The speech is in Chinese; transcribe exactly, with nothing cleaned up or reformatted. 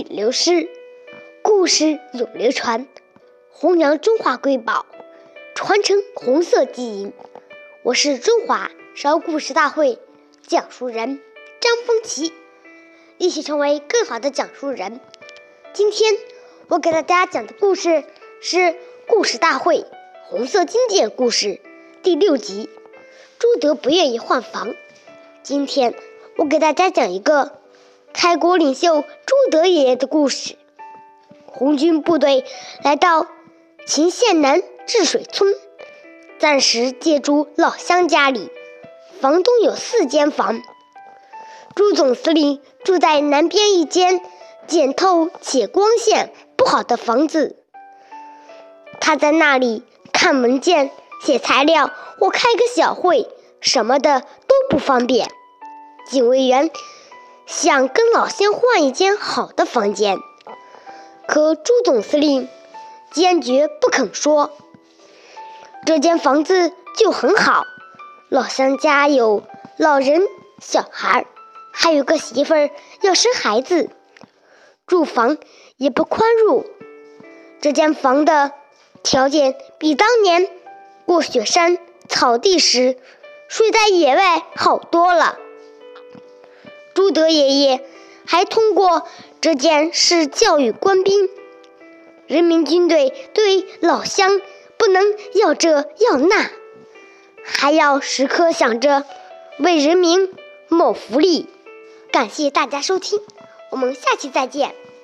流失，故事永流传，弘扬中华瑰宝，传承红色基因。我是中华少儿故事大会讲述人张风奇，一起成为更好的讲述人。今天我给大家讲的故事是故事大会红色经典故事第六集，朱德不愿意换房。今天我给大家讲一个开国领袖朱德爷爷的故事。红军部队来到秦县南治水村，暂时借住老乡家里，房东有四间房。朱总司令住在南边一间简陋且光线不好的房子，他在那里看文件、写材料或开个小会什么的都不方便。警卫员想跟老乡换一间好的房间，可朱总司令坚决不肯说。这间房子就很好，老乡家有老人、小孩，还有个媳妇儿要生孩子，住房也不宽裕。这间房的条件比当年过雪山草地时睡在野外好多了。朱德爷爷还通过这件事教育官兵，人民军队对老乡不能要这要那，还要时刻想着为人民谋福利。感谢大家收听，我们下期再见。